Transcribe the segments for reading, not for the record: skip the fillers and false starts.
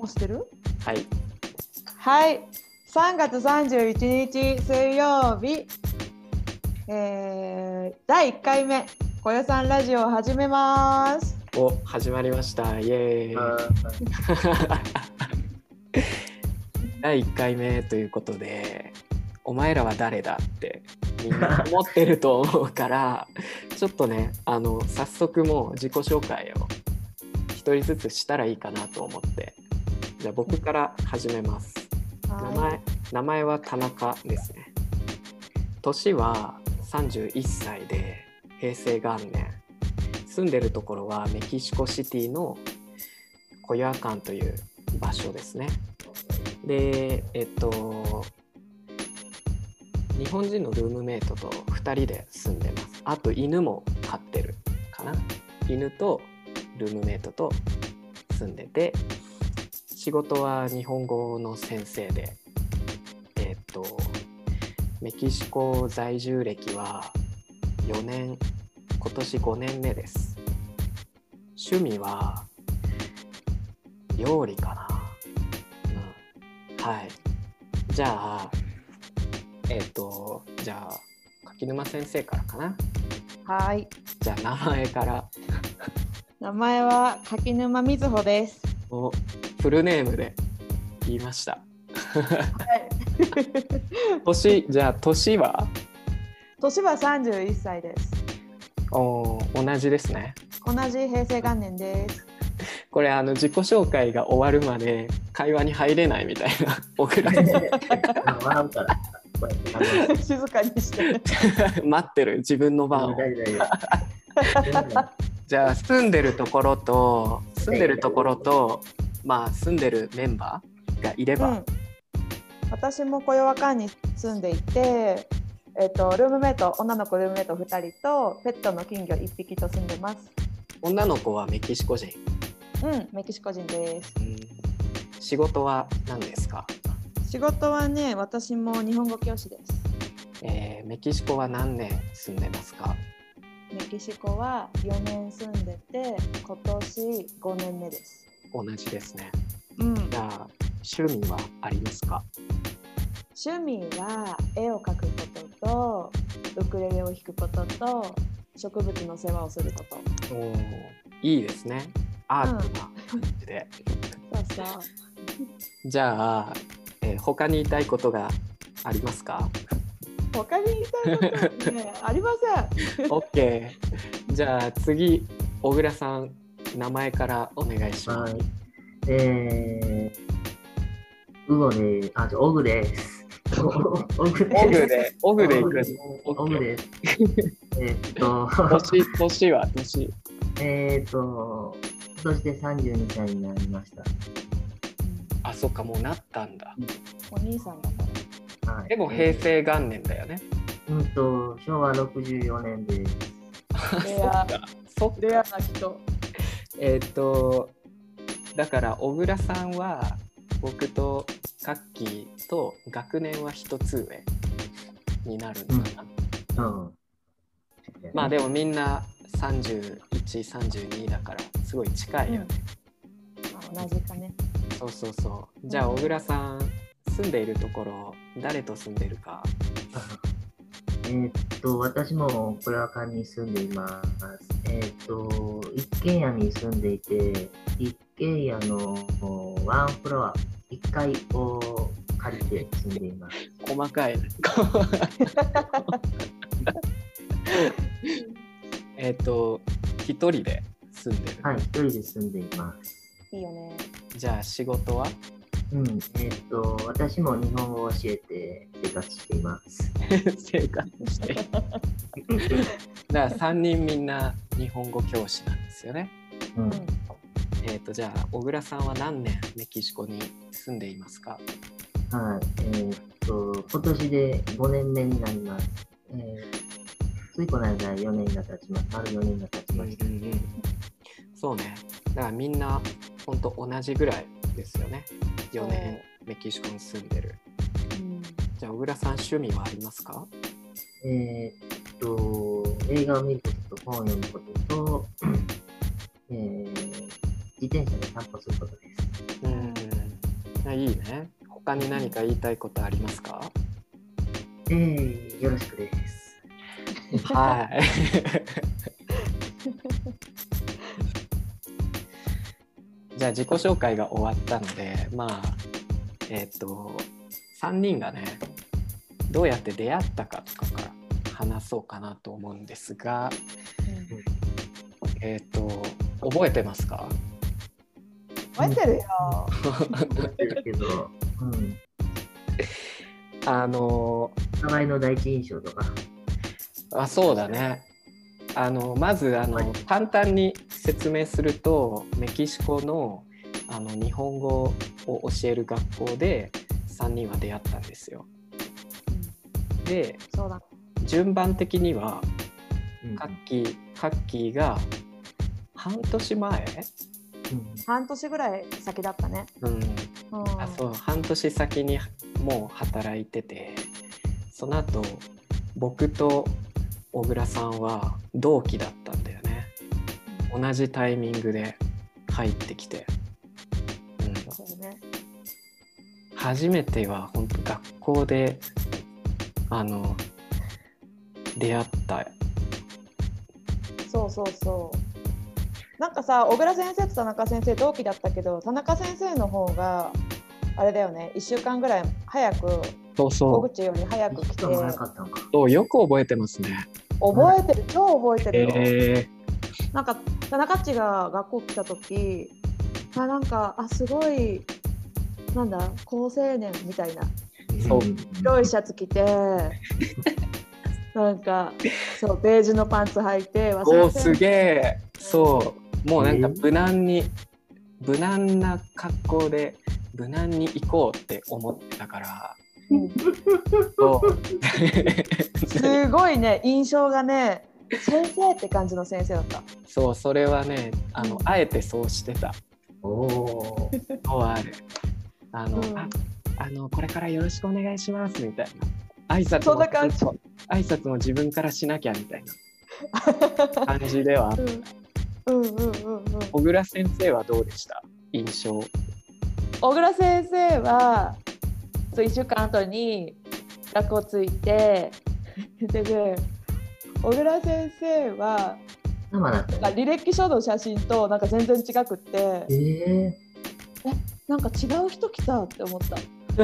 もうしてる？ はい。 はい。3月31日水曜日、第1回目、こよさんラジオを始めます。 始まりました。イエーイ。第1回目ということで、お前らは誰だってみんな思ってると思うから、ちょっとね、早速もう自己紹介を一人ずつしたらいいかなと思って、じゃあ僕から始めます。名前は田中ですね。年は31歳で平成元年。住んでるところはメキシコシティのコヨアカンという場所ですね。で、日本人のルームメイトと2人で住んでます。あと犬も飼ってるかな。犬とルームメイトと住んでて、仕事は日本語の先生で、メキシコ在住歴は4年、今年5年目です。趣味は料理かな。はい。じゃあ、じゃあ柿沼先生からかな。 はい。 じゃあ名前から。 名前は柿沼瑞穂です。 フルネームで言いました。 はい。 じゃあ年は 31歳です。 同じですね。 同じ平成元年です。 これ自己紹介が終わるまで会話に入れないみたいな。僕ら静かにして待ってる自分の番を。じゃあ住んでるところとまあ住んでるメンバーがいれば、 私もコヨアカンに住んでいて、ルームメイト、女の子ルームメイト2人とペットの金魚1匹と住んでます。 女の子はメキシコ人？ メキシコ人です。 仕事は何ですか？ 仕事はね、私も日本語教師です。 メキシコは何年住んでますか？ メキシコは4年住んでて、今年5年目です。 同じですね。じゃあ趣味はありますか？ 趣味は絵を描くこととウクレレを弾くことと植物の世話をすること。 いいですね。アートな感じで。 そう。 じゃあ、他に言いたいことがありますか？ 他に言いたいことねありません。 OK。じゃあ次、小倉さん、名前からお願いします。 オグです。 オグでいく。 オグです。 年は今年で32歳になりました。 あ、そっか、もうなったんだ。 お兄さんだから。 でも平成元年だよね。 昭和64年です。 レアな人。 だから小倉さんは僕とカッキーと学年は一つ上になるのかな。まあでもみんな31、32だからすごい近いよね。 同じかね。 そう。じゃあ小倉さん、住んでいるところ誰と住んでるか。 私もコヨアカンに住んでいます。一軒家に住んでいて、一軒家のワンフロア、1階を借りて住んでいます。 細かいね。一人で住んでる。 はい、一人で住んでいます。 いいよね。 じゃあ仕事は？ 私も日本語を教えて生活しています。 生活してだから3人みんな日本語教師なんですよね。じゃあ小倉さんは何年メキシコに住んでいますか？ はい、今年で5年目になります。ついこの間4年が経ちました。丸4年が経ちました。 そうね。だからみんな本当同じぐらいですよね。4年メキシコに住んでる。じゃあ小倉さん、趣味はありますか？ 映画を見ることと本を読むことと、自転車で散歩することです。 いいね。他に何か言いたいことありますか？ よろしくです。 はい。じゃあ自己紹介が終わったので、3人がね、どうやって出会ったかとかから話そうかなと思うんですが、覚えてますか？ 覚えてるよ。 覚えてるけど、お互いの第一印象とか。 そうだね。まず簡単に説明すると、メキシコの日本語を教える学校で3人は出会ったんですよ。で、 そうだ。 順番的にはカッキーが半年前、 半年ぐらい先だったね。 そう、半年先にもう働いてて、その後僕と小倉さんは同期だったんだよね。同じタイミングで入ってきて、 そうね、 初めては本当学校で出会った。 そうなんかさ、小倉先生と田中先生同期だったけど、田中先生の方があれだよね、1週間ぐらい早く、小口より早く来て、 よく覚えてますね。 覚えてる、超覚えてるよ。なんか田中っちが学校来た時、なんかすごいなんだ高青年みたいな白いシャツ着てなんかそうベージュのパンツ履いて、 すげえ、そうもうなんか無難な格好で無難に行こうって思ってたから、 すごいね、印象がね、先生って感じの先生だった。 そう、それはね、あえてそうしてた。あるこれからよろしくお願いしますみたいな挨拶も自分からしなきゃみたいな感じではあった。小倉先生はどうでした？印象。 小倉先生は1週間後に学校着いてで小倉先生は履歴書の写真となんか全然違くってなんか違う人来たって思った。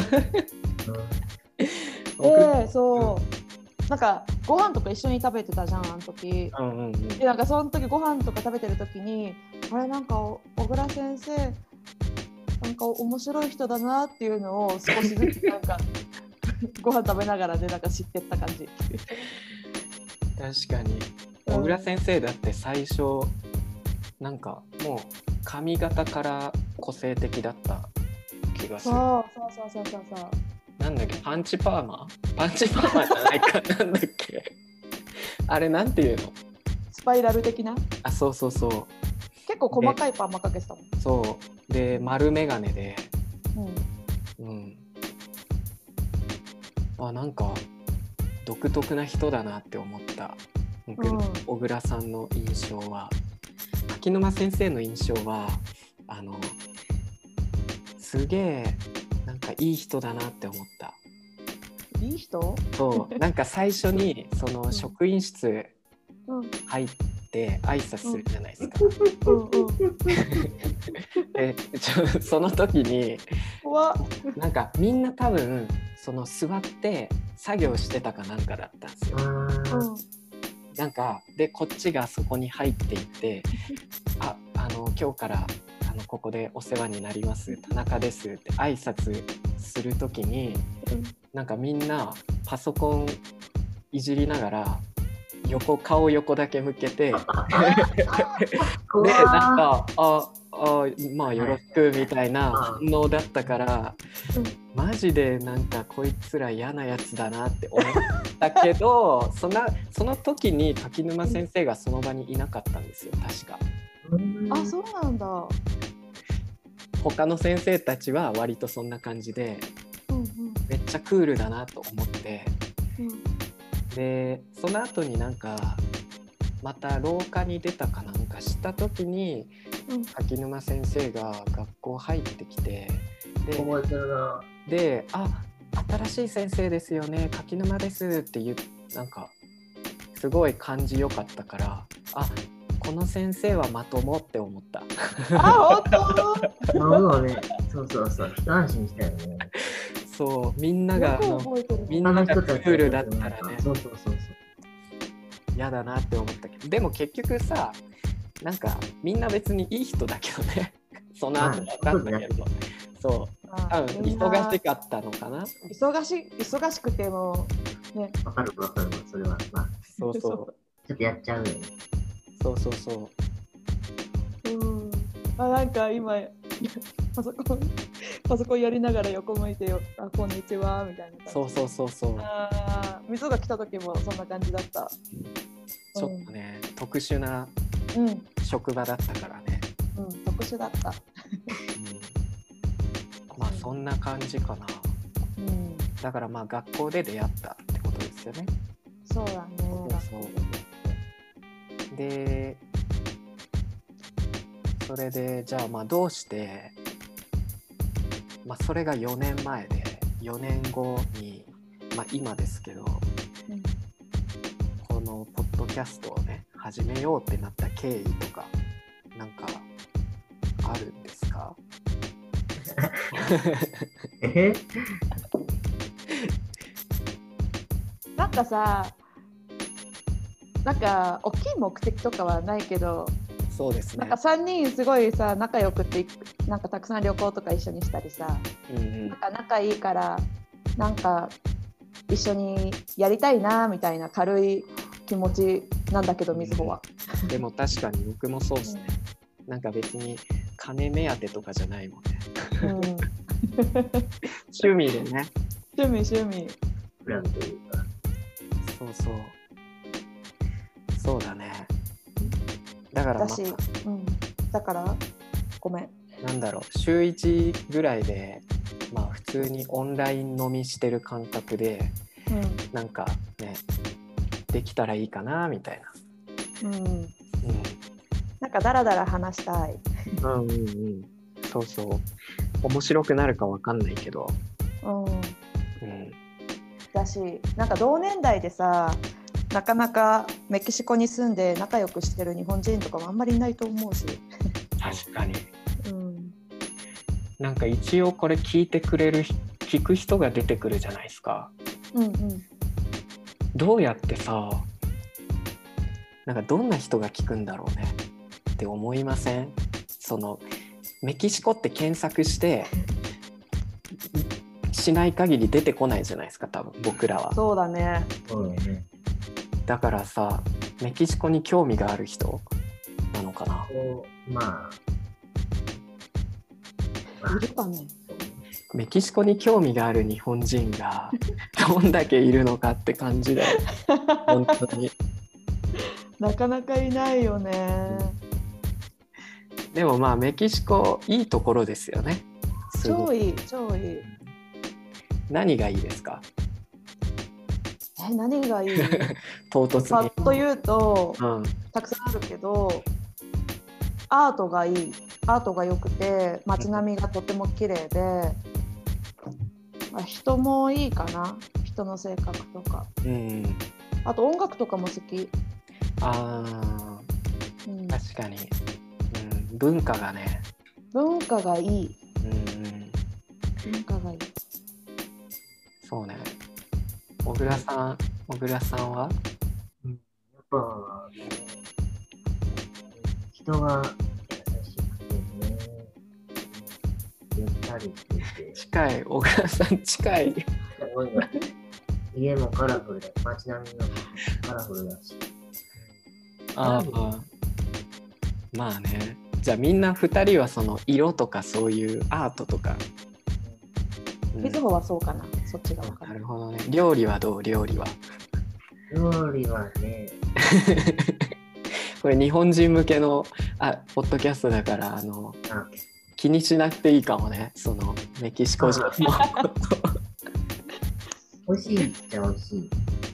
そうなんかご飯とか一緒に食べてたじゃん、あの時。でなんかその時ご飯とか食べてる時に、あれなんか小倉先生なんか面白い人だなっていうのを少しずつなんかご飯食べながらでなんか知ってった感じ。 確かに小倉先生だって最初なんかもう髪型から個性的だった気がする。そうなんだっけ、パンチパーマじゃないかなんだっけあれなんていうの、 スパイラル的な。 そう結構細かいパーマかけてたもん。 そうで丸眼鏡でなんか独特な人だなって思った。小倉さんの印象は、柿沼先生の印象はすげえなんかいい人だなって思った。 いい人？ そうなんか最初にその職員室入って挨拶するじゃないですか。でその時になんかみんな多分その座って作業してたかなんかだったんですよ。なんかでこっちがそこに入っていって今日からここでお世話になります田中ですって挨拶するときに、なんかみんなパソコンいじりながら顔横だけ向けてでなんかまあよろしくみたいな反応だったから、マジでなんかこいつら嫌なやつだなって思ったけどその時に柿沼先生がその場にいなかったんですよ確か。 そうなんだ。 他の先生たちは割とそんな感じで、めっちゃクールだなと思って、でその後になんかまた廊下に出たかなんかした時に、柿沼先生が学校入ってきて、 覚えてるな。 で、新しい先生ですよね、柿沼ですってなんかすごい感じ良かったから、この先生はまともって思った。 本当？ そうね。そうそうそう。一安心したよね。 そう、みんながみんながクールだったらね、 そうそうそうそう。 嫌だなって思ったけど、でも結局さ、なんかみんな別にいい人だけどね。その後分かったけど、そう、多分忙しかったのかな。 忙しくてもね。 わかるそれはまあ。 そうそう。 ちょっとやっちゃうよね。 そうそうそう。 なんか今パソコンやりながら横向いてよ、こんにちはみたいな感じ。 そう。 水が来た時もそんな感じだった。 ちょっとね、特殊な職場だったからね。 特殊だった。 まあそんな感じかな。だからまあ学校で出会ったってことですよね。 そうだね。 で、それでじゃあまあどうして、まあそれが4年前で、4年後に、まあ今ですけど、このポッドキャストをね始めようってなった経緯とかなんかあるんですか？ なんかさ、なんか大きい目的とかはないけど、 そうですね。 なんか3人すごいさ仲良くて、なんかたくさん旅行とか一緒にしたりさ、なんか仲いいからなんか一緒にやりたいなみたいな軽い気持ちなんだけど、みずほは。 でも確かに僕もそうですね。なんか別に金目当てとかじゃないもんね。趣味でね。 趣味。 プランというか。 そうだね。だからだからごめん。 なんだろう、週1ぐらいでまあ普通にオンライン飲みしてる感覚で、なんかねできたらいいかなみたいな。 なんかダラダラ話したい。 そうそう。面白くなるかわかんないけど。 だし、なんか同年代でさ、なかなかメキシコに住んで仲良くしてる日本人とかもあんまりいないと思うし。 確かに。なんか一応これ聞く人が出てくるじゃないですか。どうやってさ、なんかどんな人が聞くんだろうねって思いません？そのメキシコって検索してしない限り出てこないじゃないですか、多分僕らは。 そうだね。 だからさ、メキシコに興味がある人なのかな。 まあいるかね。 メキシコに興味がある日本人がどんだけいるのかって感じだよ本当に。 なかなかいないよね。 でもまあメキシコいいところですよね。 超いい。 何がいいですか？ 何がいい？ 唐突に。 パッと言うと、たくさんあるけど、アートがいい。アートが良くて、街並みがとても綺麗で、人もいいかな。人の性格とか。あと音楽とかも好き。 確かに。文化がね。 文化がいい。文化がいい。 そうね。小倉さんは？ やっぱ人が優しくてね、ゆったりしてて。 近い、小倉さん近い。 家もカラフルだ、街並みもカラフルだし。 まあね。じゃあみんな2人はその色とかそういうアートとか。 みずほはそうかな。そっちが分かる。 なるほどね。料理はどう？料理はね。 これ日本人向けのポッドキャストだから気にしなくていいかもね。そのメキシコ人のこと。 美味しいっちゃ美味しい。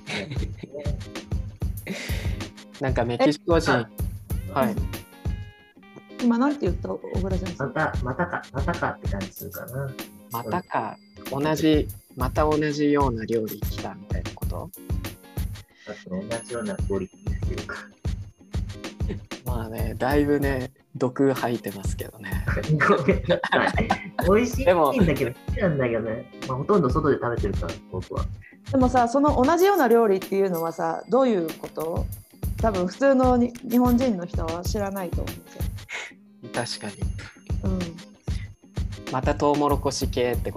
なんかメキシコ人。はい。 今なんて言った小倉先生？ またかって感じするかな。 またか、また同じような料理来たみたいなこと？ 同じようなクオリティっていうか。 まあね、だいぶね、毒吐いてますけどね。 ごめんなさい。美味しいんだけど、好きなんだけどね。まあ、ほとんど外で食べてるから、僕は。 でもさ、その同じような料理っていうのはさ、どういうこと？多分普通の日本人の人は知らないと思うんですよ。 確かに。 うん。 またトウモロコシ系ってこと？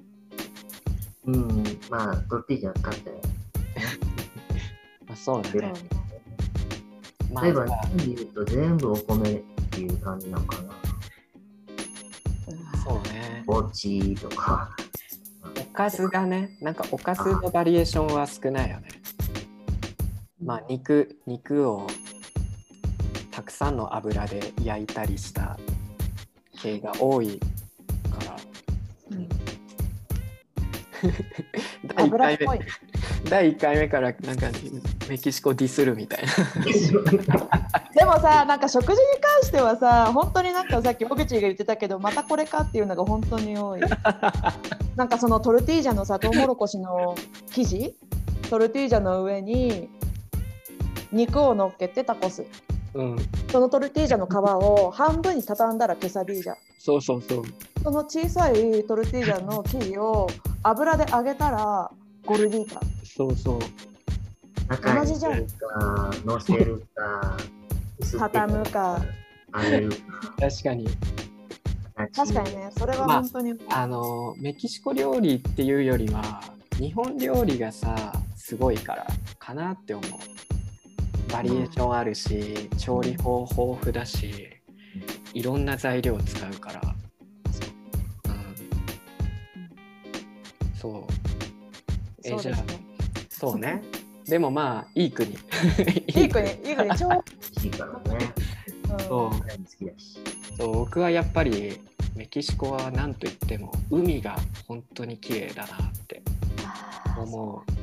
まあ、トルティージャ使って。 まあ、そうだね。 例えば、日本で言うと全部お米っていう感じなのかな。 そうね。 おちとか。 おかずがね、なんかおかずのバリエーションは少ないよね。まあ、肉をたくさんの油で焼いたりした系が多いから。第1回目からなんかメキシコディスるみたいな。 でもさ、なんか食事に関してはさ、本当になんかさっき小口が言ってたけど、またこれかっていうのが本当に多い。なんかそのトルティージャのさ、トウモロコシの生地、トルティージャの上に肉を乗っけてタコス。そのトルティージャの皮を半分に畳んだらケサディージャ。 そう。 その小さいトルティージャの生地を油で揚げたらゴルディータ。 そう。 同じじゃん。乗せるか、 畳むか。 揚げるか。 確かにね、それは本当に、 メキシコ料理っていうよりは日本料理がさすごいからかなって思う。バリエーションあるし、調理法豊富だし、いろんな材料を使うから、そう。じゃあそうね。でもまあいい国。 いい国超美味しいからね。 そう、僕はやっぱりメキシコは何と言っても海が本当に綺麗だなって思う。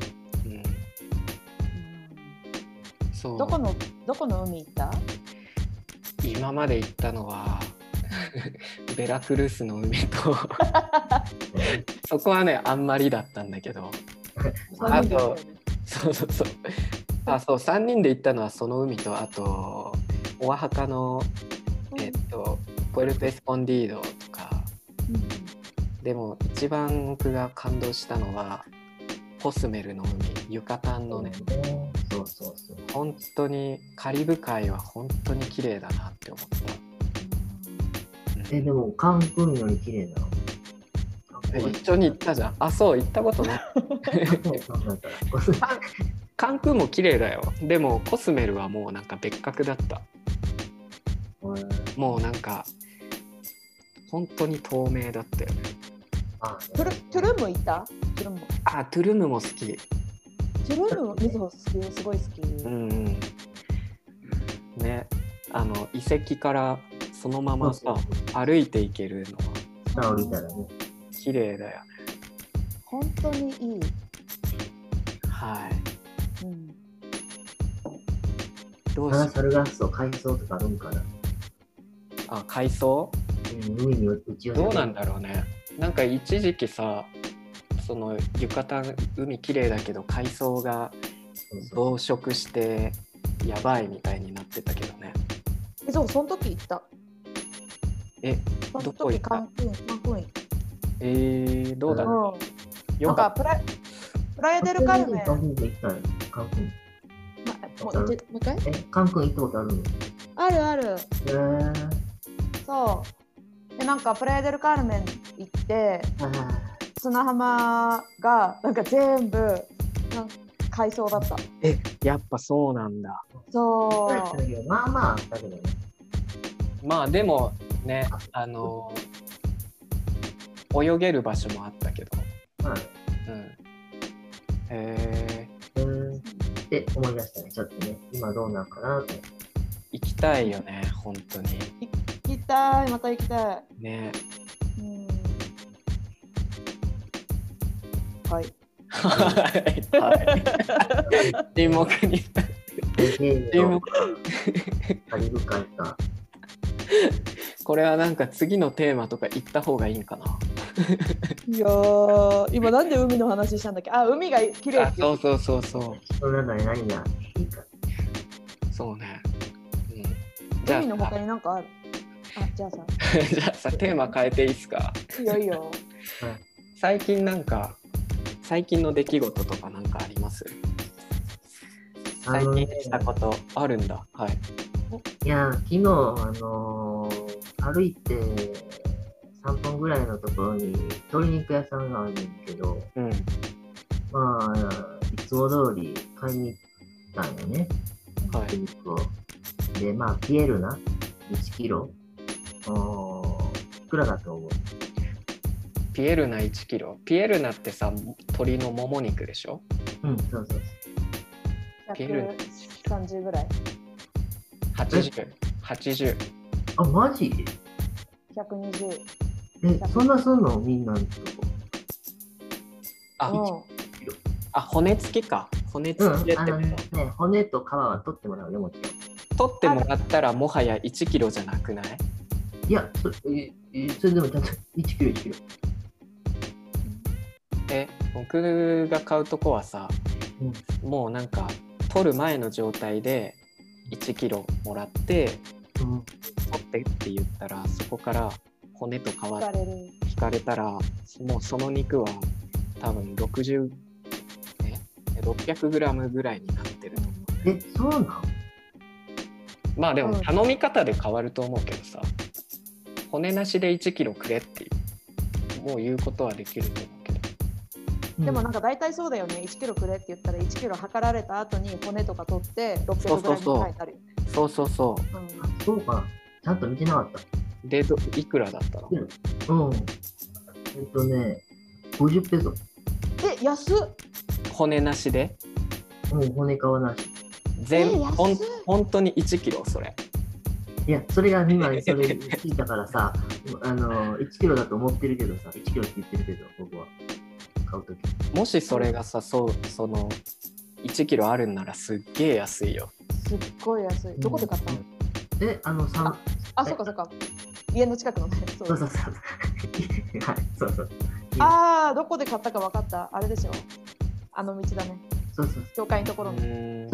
そう。 どこの海行った？ 今まで行ったのはベラクルスの海とそこはねあんまりだったんだけど、あとそう3人で行ったのはその海と、あとオアハカのポエルトエスコンディードとか、でも一番僕が感動したのはコスメルの海、ユカタンのね。 そう本当にカリブ海は本当に綺麗だなって思った。 でもカンクンより綺麗なの？ 一緒に行ったじゃん。あ、そう、行ったことない。カンクンも綺麗だよ。でもコスメルはもうなんか別格だった。もうなんか本当に透明だったよね。 トゥルーム行った？トゥルームも好き。 トゥルーム水穂好き、すごい好き。 ね、遺跡からそのままさ歩いていけるのは降りたらね綺麗だよね。 本当にいい。 はい。どうサルガッソ海藻とかあるんかな？ 海藻？ 海に打ち寄せて。 どうなんだろうね。なんか一時期さ、そのユカタン海綺麗だけど海藻が増殖してやばいみたいになってたけどね。 そう、その時行った。 どこ行った？ カンクン。 どうだろう。 なんかプライデルカルメン。 カンクン行ったよ。カンクン。 もう一回？ カンクン行ったことあるの？ ある。そう。でなんかプライデルカルメン行って。砂浜がなんか全部海藻だった。 やっぱそうなんだ。 そう。 まああったけどね。 まあでもね、泳げる場所もあったけど。 って思い出したね。ちょっとね、今どうなんかなと。 行きたいよね、本当に。 行きたい、また行きたい。 ね。 はい。 沈黙に。 カリブ海か。 これはなんか次のテーマとか言った方がいいんかな。 いやー、今なんで海の話したんだっけ？あ、海が綺麗あ、 ってそうそうそうそう。 その中で何がいいか。 そうね。うん、じゃあ海の他になんかある？あ、じゃあさ。 じゃあさ、テーマ変えていいですか？ いいよいいよ。 最近最近の出来事とかなんかあります？最近したことあるんだ。はい。 いや、昨日、歩いて3分ぐらいのところに鶏肉屋さんがあるんだけど、 うん。 まあ、いつも通り買いに行ったんよね、 はい。 鶏肉を。で、まあ、ピエールな1キロ、いくらだと思う？ ピエルナ1キロ。ピエルナってさ、鶏のもも肉でしょ？ うん、そうそう。 ピエルナ 130ぐらい。 80。 あ、マジ？ 120。 そんなすんのみんなのとこ。 あ、 うん骨付きか。骨付きでってこと、 ね、骨と皮は取ってもらうよ、もちろん。 取ってもらったらもはや1キロじゃなくない？ いや、それでもちゃんと1キロ1キロ。 僕が買うとこはさ、もうなんか取る前の状態で1キロもらって、取ってって言ったらそこから骨と皮引かれたら、もうその肉は多分600グラムぐらいになってると思う。 そうなん？ まあでも頼み方で変わると思うけどさ、骨なしで1キロくれってもう言うことはできると思うけど。 でもなんか大体そうだよね。1キロくれって言ったら1キロ測られた後に骨とか取って600グラムに書いてあるよね。 そう。 そうか。ちゃんと見てなかった。 で、いくらだったの？ 50ペソ。 安っ。 骨なしで？ 骨皮なし。 本当に1キロそれ？ いや、それが今それ聞いたからさ、1キロだと思ってるけどさ、1キロって言ってるけど、僕は買うとき。 もしそれがさ、その1キロあるんならすっげえ安いよ。 すっごい安い。どこで買ったの？そうか。家の近くのね。 そう。はい、そうそう。 どこで買ったか分かった。あれでしょ。あの道だね。 そう。 教会のところの。 そう。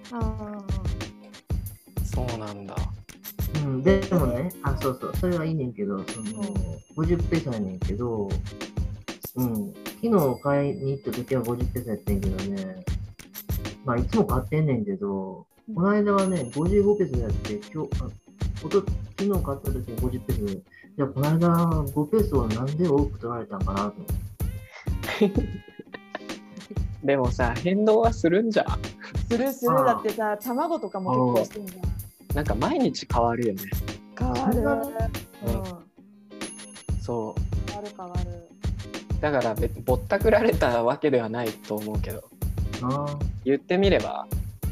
そうなんだ。 でもね、そう。それはいいねんけど、50ペソやねんけど、昨日買いに行った時は50ペソやってんけどね、まあいつも買ってんねんけど、この間はね、55ペソやって、昨日買った時に50ペソで、じゃあこの間5ペソはなんで多く取られたんかなと思って。 でもさ、変動はするんじゃん。 する。だってさ、卵とかも結構してんじゃん。 なんか毎日変わるよね。 変わる。 そう。 変わる。 だからぼったくられたわけではないと思うけど。言ってみれば。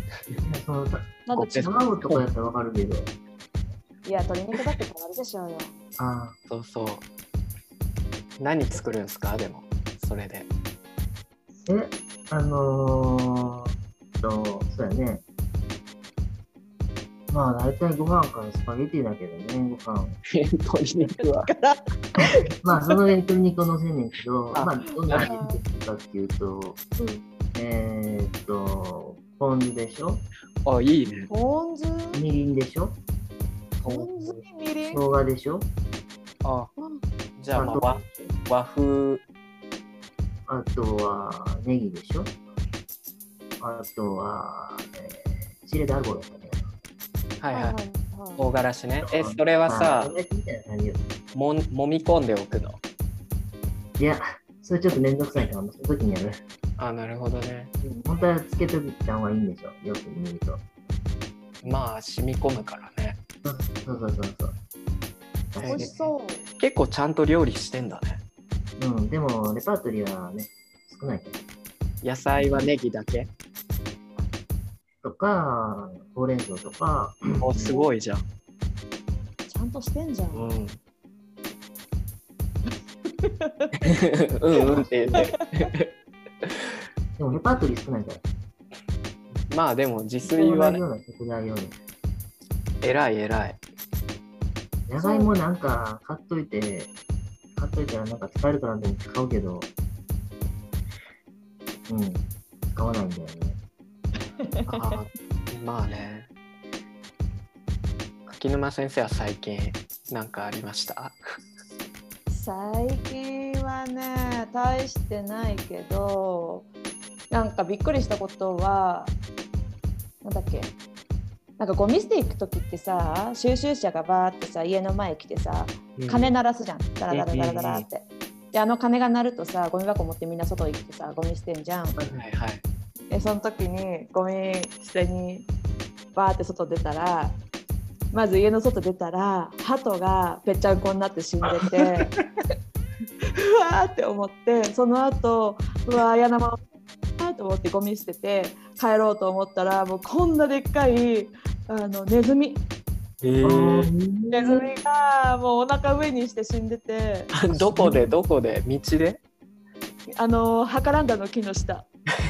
卵とかやったらわかるけど。 いや、鶏肉だって変わるでしょうよ。 そう。何作るんですか？でもそれで。 そうやね。まあ大体ご飯かスパゲティだけどね、ご飯。 鶏肉は。 まあその上に鶏肉を乗せんねんけど、まあどんな味付けかっていうと、ポン酢でしょ。 いいね。 ポン酢？ みりんでしょ。 ポン酢にみりん？ 生姜でしょ。 じゃあ和風。 あとはネギでしょ。あとは、チレダルゴだったね。 はい。唐辛子ね。それはさ、もみ込んでおくの？ いや、それちょっとめんどくさいから、その時にやる。 なるほどね。 本当はつけといた方がいいんでしょ、よく見ると。 まあ、染み込むからね。 そう。 美味しそう。 結構ちゃんと料理してんだね。 でもレパートリーはね、少ないから。 野菜はネギだけとか、ほうれん草とか。 すごいじゃん。 ちゃんとしてんじゃん。 って言って。 でもレパートリー少ないから。 まあでも自炊はね。 偉い。 偉い。 野菜もなんか買っといて、 買っといたらなんか使えるかなと思って買うけど、使わないんだよね。 まあね。柿沼先生は最近何かありました？ 最近はね、大してないけど、なんかびっくりしたことは、なんだっけ、なんかゴミ捨て行く時ってさ、収集車がバーってさ、家の前来てさ、鐘鳴らすじゃん、ダラダラダラダラって。で、あの鐘が鳴るとさ、ゴミ箱持ってみんな外行ってさ、ゴミ捨てんじゃん。 はいはい。 で、その時にゴミ捨てにバーって外出たら、まず家の外出たら鳩がぺっちゃんこになって死んでてうわーって思って、その後うわー嫌なままと思ってゴミ捨てて帰ろうと思ったら、もうこんなでっかいネズミ、ネズミがもうお腹上にして死んでてどこで道でハカランダの木の下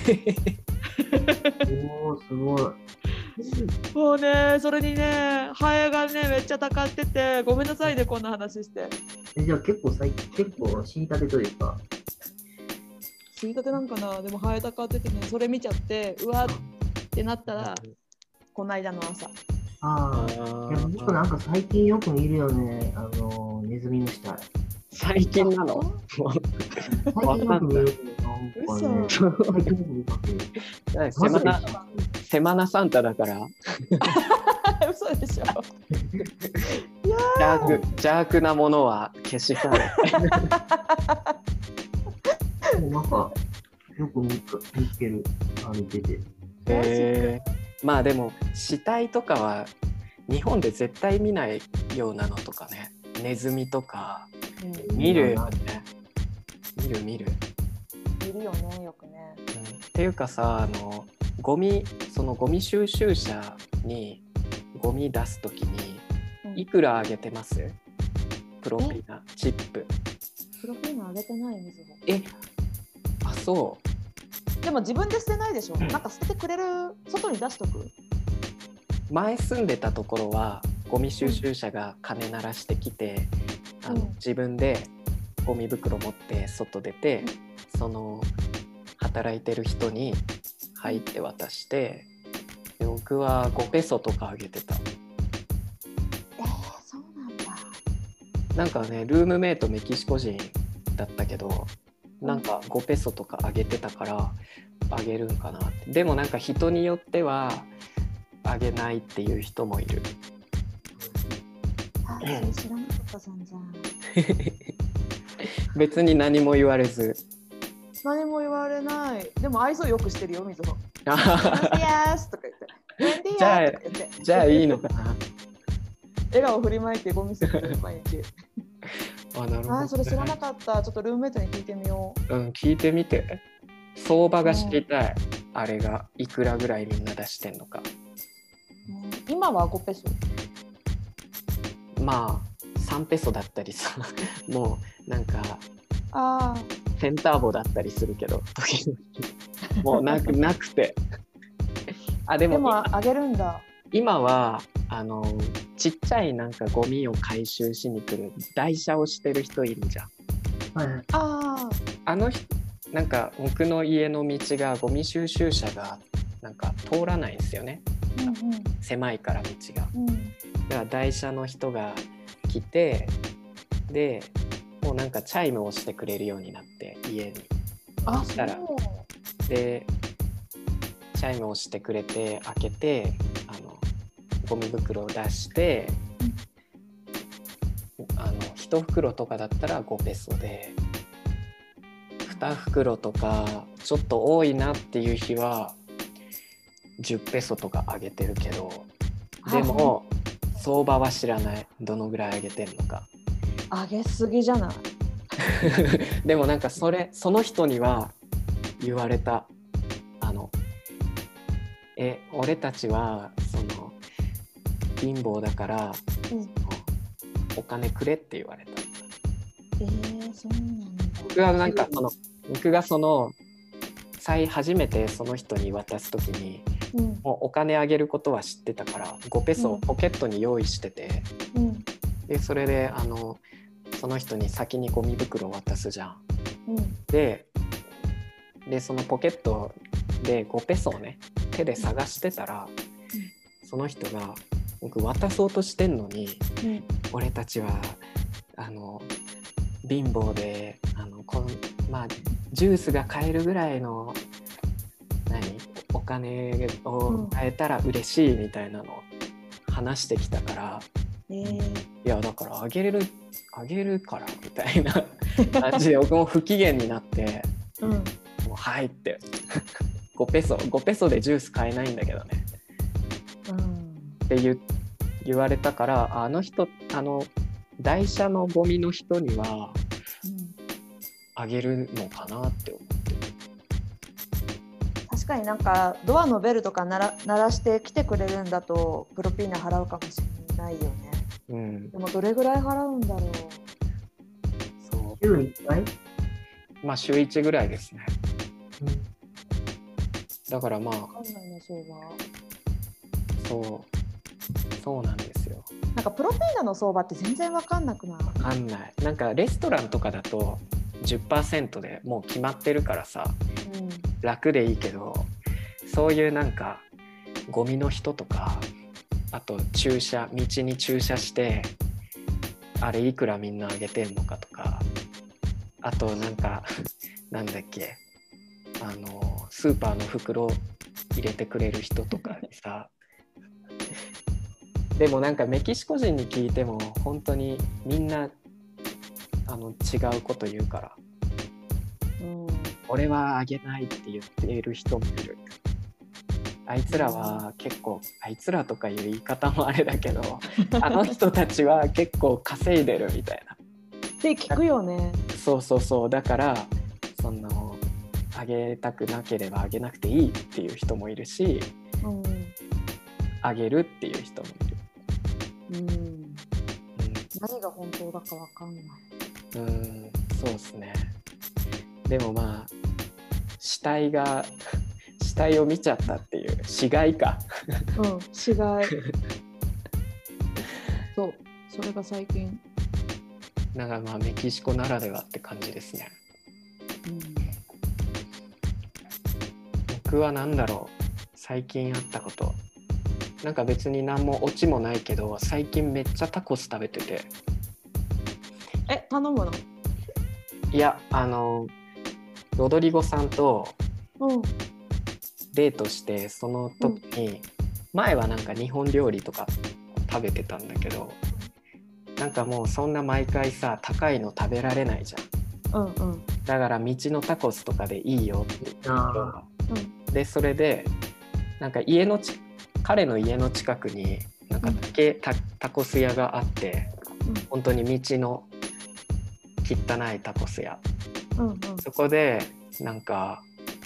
おー、すごい。 もうね、それにね、ハエがね、めっちゃたかってて、ごめんなさいね、こんな話して。 じゃあ結構死にたてというか。 死にたてなんかな。でもハエたかっててね、それ見ちゃって、うわってなったら、この間の朝。 いや僕なんか最近よく見るよね、ネズミの死体。 最近なの？ 最近よく見るけど、なんかね、最近よく見かける。 セマナサンタだから嘘でしょ。 邪悪なものは消し去れなんかよく見つける、歩いてて。 まあでも死体とかは日本で絶対見ないようなのとかね、ネズミとか見るよね。見るよね、よくね。 っていうかさ、ゴミ収集車にゴミ出すときにいくらあげてます？プロピナチップ。 プロピナあげてない、みずほ。そう。 でも自分で捨てないでしょ。なんか捨ててくれる、外に出しとく。 前住んでたところはゴミ収集車が鐘鳴らしてきて、自分でゴミ袋持って外出て、その働いてる人に入って渡して、僕は5ペソとかあげてた。 そうなんだ。 なんかね、ルームメイトメキシコ人だったけど、なんか5ペソとかあげてたからあげるんかなって。でもなんか人によってはあげないっていう人もいる。 それ知らなかった、全然。 別に何も言われず。 何も言われない。でも愛想よくしてるよ、みずほ。ブエンディアスとか言って。ブエンディアスとか言って。 じゃあいいのかな。 笑顔振りまいてゴミ捨てる毎日。 なるほどね。 それ知らなかった。ちょっとルームメイトに聞いてみよう。 聞いてみて。相場が知りたい。あれがいくらぐらいみんな出してんのか。 今は5ペソ。 まあ3ペソだったりさ、もうなんかセンターボだったりするけど、時々もうなくてでもあげるんだ。 今はちっちゃいなんかゴミを回収しに来る台車をしてる人いるじゃん。なんか僕の家の道がゴミ収集車がなんか通らないんですよね。狭いから道が。だから台車の人が来て、でもうなんかチャイムをしてくれるようになって、家に来たら、でチャイムをしてくれて開けてゴミ袋を出して、1袋とかだったら5ペソで、2袋とかちょっと多いなっていう日は10ペソとか上げてるけど、でも相場は知らない。どのぐらい上げてんのか。 上げすぎじゃない？ でもなんかその人には言われた。俺たちは貧乏だから、お金くれって言われた。 そうなんだ。 僕が初めてその人に渡すときに、もうお金あげることは知ってたから5ペソをポケットに用意してて、でそれでその人に先にゴミ袋を渡すじゃん。 うんでそのポケットで5ペソをね手で探してたら、その人が僕渡そうとしてんのに、俺たちは貧乏でまあジュースが買えるぐらいのお金を変えたら嬉しいみたいなのを話してきたから、いやだからあげるからみたいな感じで僕も不機嫌になって、もうはいって5ペソでジュース買えないんだけどね、って言われたから、あの人台車のゴミの人にはあげるのかなって思って。 確かになんかドアのベルとか鳴らして来てくれるんだとプロピーナ払うかもしれないよね。でもどれぐらい払うんだろう。 そう週1回？ まあ週1ぐらいですね。だからまあ分かんないな相場。そうなんですよ。 なんかプロピーナの相場って全然分かんなくない？ 分かんない。なんかレストランとかだと10% でもう決まってるからさ、楽でいいけど、そういうなんかゴミの人とか、あと道に駐車してあれいくらみんなあげてんのかとか、あとなんかなんだっけスーパーの袋入れてくれる人とかにさでもなんかメキシコ人に聞いても本当にみんな違うこと言うから、俺はあげないって言っている人もいる。あいつらは結構、あいつらとかいう言い方もあれだけどあの人たちは結構稼いでるみたいなって聞くよね。 そうだからあげたくなければあげなくていいっていう人もいるし、あげるっていう人もいる。 何が本当だかわかんない。 そうですね。でもまあ死体を見ちゃったっていう死骸か。 死骸。それが最近。 なんかまあメキシコならではって感じですね。僕はなんだろう、最近あったこと。なんか別に何もオチもないけど、最近めっちゃタコス食べてて。 頼むの？ いや、ロドリゴさんとデートして、その時に、前はなんか日本料理とか食べてたんだけど、なんかもうそんな毎回さ、高いの食べられないじゃん。だから道のタコスとかでいいよって言って、でそれでなんか彼の家の近くになんかタコス屋があって、本当に道の汚いタコス屋、そこでなんか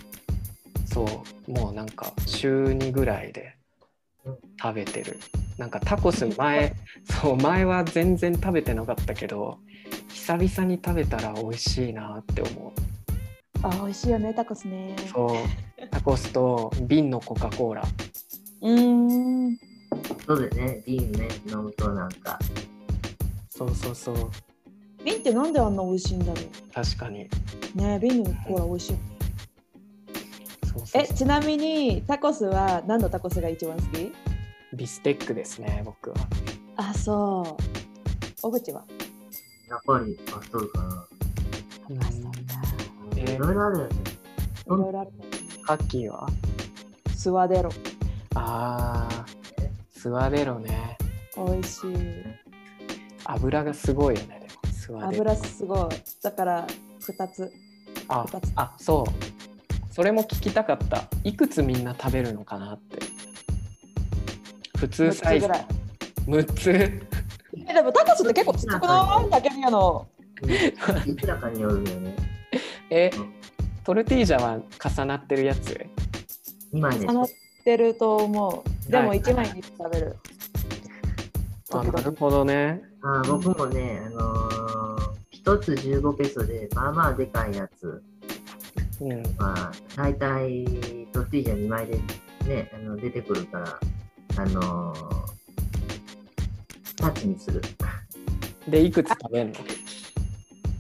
もうなんか週2ぐらいで食べてる。なんかタコス前は全然食べてなかったけど、久々に食べたら美味しいなって思う。 美味しいよねタコスね。 タコスと瓶のコカ・コーラ。 そうだね、瓶ね飲むとなんか。 そう瓶ってなんであんな美味しいんだろう。 確かにね、瓶のコーラ美味しいよね。ちなみにタコスは何のタコスが一番好き？ ビステックですね、僕は。 そう。小口は？ やっぱりパストルかな。 いろいろあるよね。 いろいろある。 カッキーは？ スワデロ。 スワデロね。 美味しい。 油がすごいよね、でもスワデロ。 油すごい。だから2つ。 そう。それも聞きたかった。いくつみんな食べるのかなって。普通サイズ。6つ。 でもタコスって結構ちっちゃくない？だけどいくらかによるよね。 トルティージャは重なってるやつ ？2枚です。 重なってると思う。でも1枚に食べる。 なるほどね。 僕もね、1つ15ペソでまあまあでかいやつ。大体トルティージャ2枚でね、出てくるから、2つにする。 で、いくつ食べるの？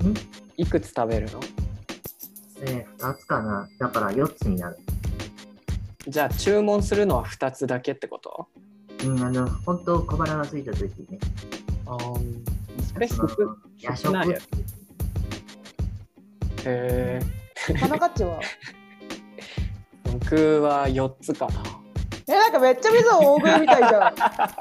いくつ食べるの ？2つかな。だから4つになる。 じゃあ注文するのは2つだけってこと？ 本当小腹が空いた時ね。 それ夜食。 へえ。 田中っちは僕は4つかな。 なんかめっちゃ水大食いみたいじゃん。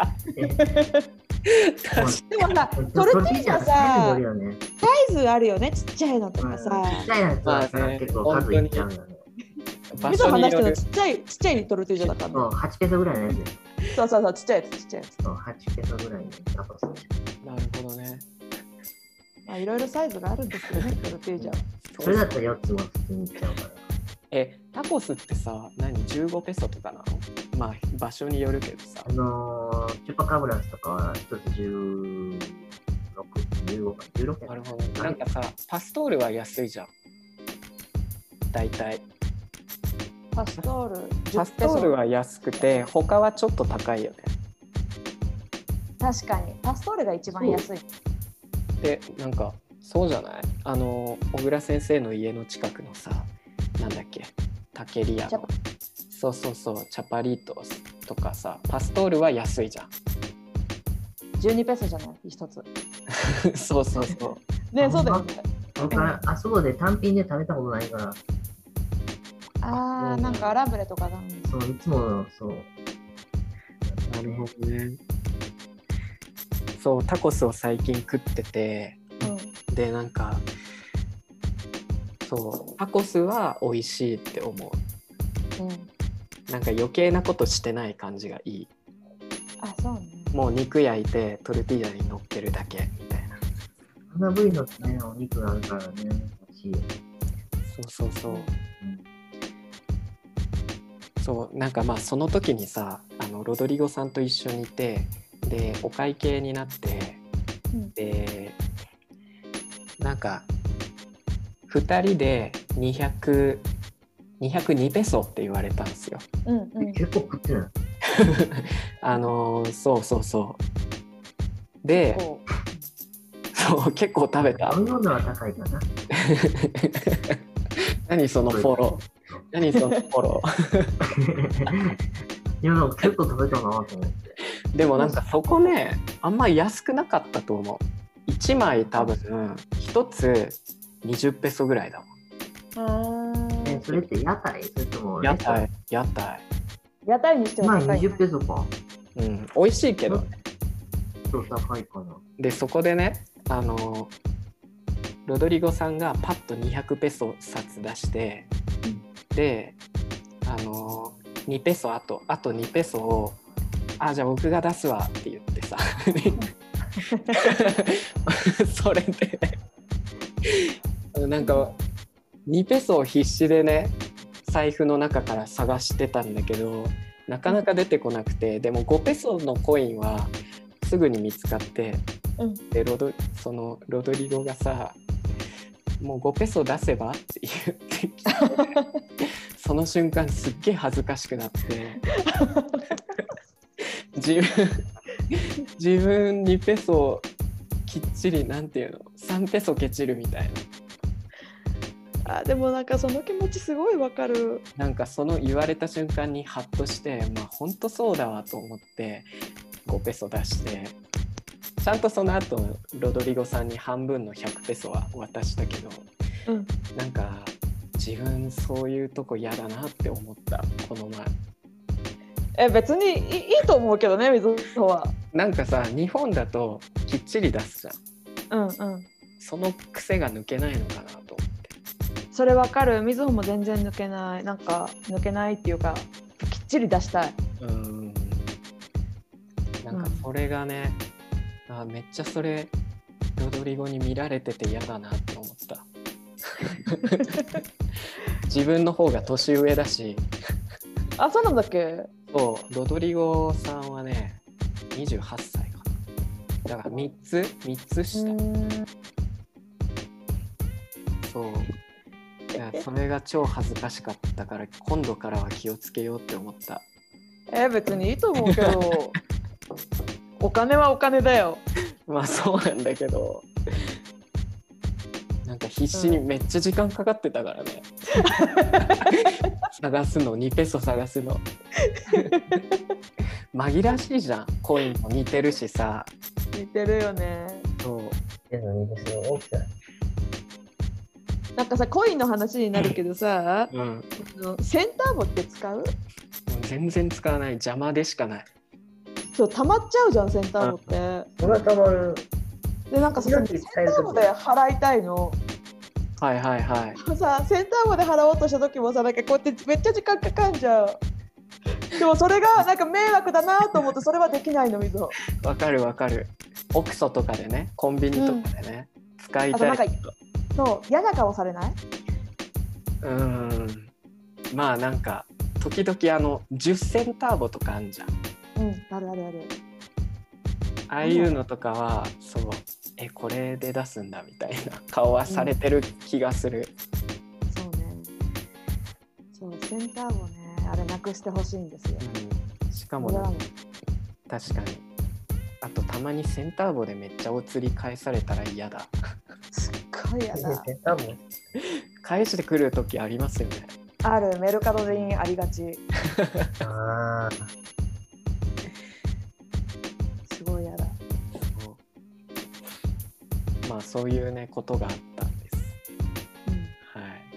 でもさ、トルティージャさ、サイズあるよね、ちっちゃいのとかさ。 ちっちゃいやつはさ、結構数いっちゃうんだね。 水話してるのちっちゃいトルティージャだからね。 8ペソぐらいのやつ。 そう、ちっちゃいやつ、 8ペソぐらいのタコス。 なるほどね。 いろいろサイズがあるんですよね、トルティージャは。 それだったら4つも普通にいっちゃうから。 タコスってさ、15ペソとかなの？まあ場所によるけどさ。 チュパカブラスとかは1つ16、15か、16か。 なるほど。なんかさ、パストールは安いじゃん。大体。 パストールは安くて、他はちょっと高いよね。 確かに、パストールが一番安い。 で、なんか、そうじゃない？小倉先生の家の近くのさ、なんだっけ、タケリアの。そう、チャパリートスとかさ、パストールは安いじゃん。 12ペソじゃない一つ。 そう。 ね、そうだよね。 僕はあそこで単品で食べたことないから。 なんかアラブレとかだもん。 そう、いつもそう。 なるほどね。そう、タコスを最近食ってて、で、なんか、そう、タコスは美味しいって思う。なんか余計なことしてない感じがいい。 そうね。 もう肉焼いてトルティージャに乗っけるだけみたいな。 あんな部位のね、お肉があるからね、美味しい。 そう。そう、なんかまあその時にさ、ロドリゴさんと一緒にいて、でお会計になって、でなんか2人で202ペソって言われたんですよ。 結構食ってない。 そうで、そう結構食べた。 飲み物は高いかな。 何そのフォロー。 いや、結構食べたなと思って。 でもなんかそこね、あんま安くなかったと思う。1枚多分1つ20ペソぐらいだもん。 それって屋台？それとも屋台にしても高い。 20ペソか。 美味しいけど。 ちょっと高いかな。 でそこでね、ロドリゴさんがパッと200ペソ札出して、で2ペソあと2ペソをじゃあ僕が出すわって言ってさそれでなんか2ペソを必死でね財布の中から探してたんだけどなかなか出てこなくて、でも5ペソのコインはすぐに見つかって、でロドリゴがさもう5ペソ出せばって言ってきてその瞬間すっげえ恥ずかしくなって自分2ペソきっちりなんていうの3ペソケチるみたいな。でもなんかその気持ちすごいわかる。 なんかその言われた瞬間にハッとしてほんとそうだわと思って5ペソ出してちゃんとその後ロドリゴさんに半分の100ペソは渡したけど、なんか自分そういうとこ嫌だなって思ったこの前。 別にいいと思うけどね、みずほは。 なんかさ日本だときっちり出すじゃん。その癖が抜けないのかなと思って。 それわかる。みずほも全然抜けない。なんか抜けないっていうかきっちり出したい。 なんかそれがね、めっちゃそれロドリゴに見られてて嫌だなって思った自分の方が年上だしそうなんだっけ。 そうロドリゴさんはね28歳かな。だから3つ下。そういやそれが超恥ずかしかったから今度からは気をつけようって思った。 別にいいと思うけどお金はお金だよ。 そうなんだけどなんか必死にめっちゃ時間かかってたからね。探すの、2ペソ探すの。紛らわしいじゃん。コインも似てるしさ。 似てるよね。 そう。 でもいいですよ、大きさ。 なんかさ、コインの話になるけどさ、 うん、 センターボって使う？ 全然使わない。邪魔でしかない。 そう、溜まっちゃうじゃん、センターボって。 これは溜まる。 で、なんかさ、センターボで払いたいの。 はいはいはい。 さ、センターボで払おうとした時もさ、なんかこうやってめっちゃ時間かかんじゃん。でもそれがなんか迷惑だなと思って、それはできないの、みぞ。 わかるわかる。オクソとかでね、コンビニとかでね、使いたい。 なんかそう、嫌な顔されない？ まあなんか時々10センターボとかあんじゃん。 あるあるある。 ああいうのとかは、そうこれで出すんだみたいな顔はされてる気がする。 そうね。そう、センターボね、あれなくしてほしいんですよ。 しかも確かに。あとたまにセンターボでめっちゃお釣り返されたら嫌だ。 すっごい嫌だ。 返してくる時ありますよね。 ある、メルカドでありがち。 あすごい嫌だ。 まあそういうねことがあったんです。はい。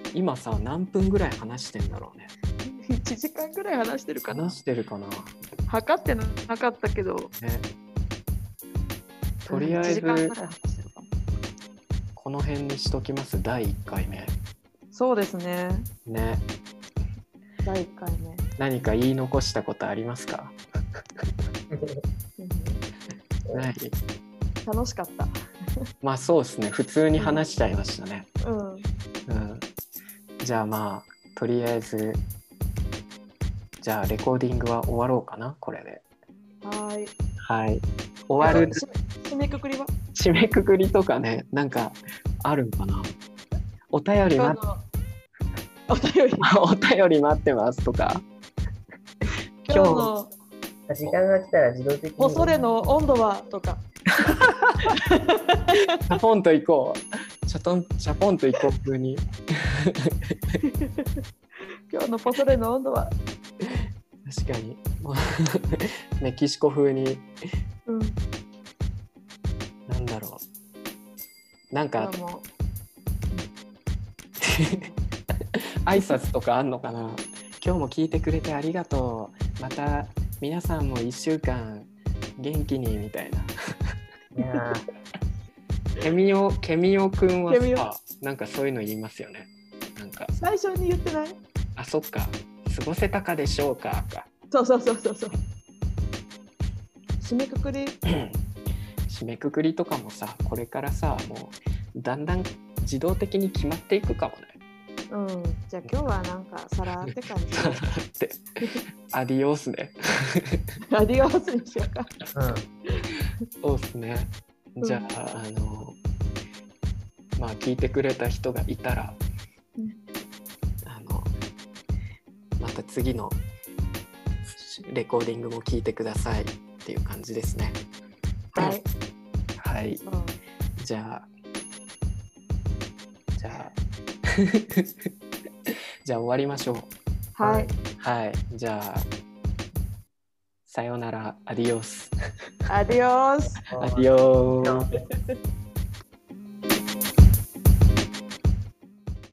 今さ何分ぐらい話してんだろうね。 1時間ぐらい話してるかな。 話してるかな。 測ってなかったけど。ね。 とりあえずこの辺にしときます。第1回目。 そうですね。 ね。 第1回目。 何か言い残したことありますか？ない。 楽しかった。 まあそうですね。普通に話しちゃいましたね。じゃあまあとりあえずじゃあレコーディングは終わろうかな、これで。はい。終わる。 締めくくりは？ 締めくくりとかね、なんかあるんかな。お便り待ってますとか。 今日の時間が来たら自動的に。 恐れの温度はとか。 チャポンと行こう。チャポンと行こう風に。 今日のポソレの温度は。 確かに。メキシコ風に。なんだろう。なんか。挨拶とかあんのかな。今日も聞いてくれてありがとう。また皆さんも1週間元気にみたいな。ケミオくんはさ、なんかそういうの言いますよね。なんか最初に言ってない？ あ、そっか。過ごせたかでしょうか。 そう。締めくくり。 締めくくりとかもさ、これからさ、もうだんだん自動的に決まっていくかもね。 じゃあ今日はなんかさらって感じ。 さらって。アディオスで。 アディオスにしようか。 そうですね。じゃあ、まあ聞いてくれた人がいたら、また次のレコーディングも聞いてくださいっていう感じですね。はい。じゃあじゃあ終わりましょう。はい。じゃあさようなら。アディオス。 アディオス。 アディオス。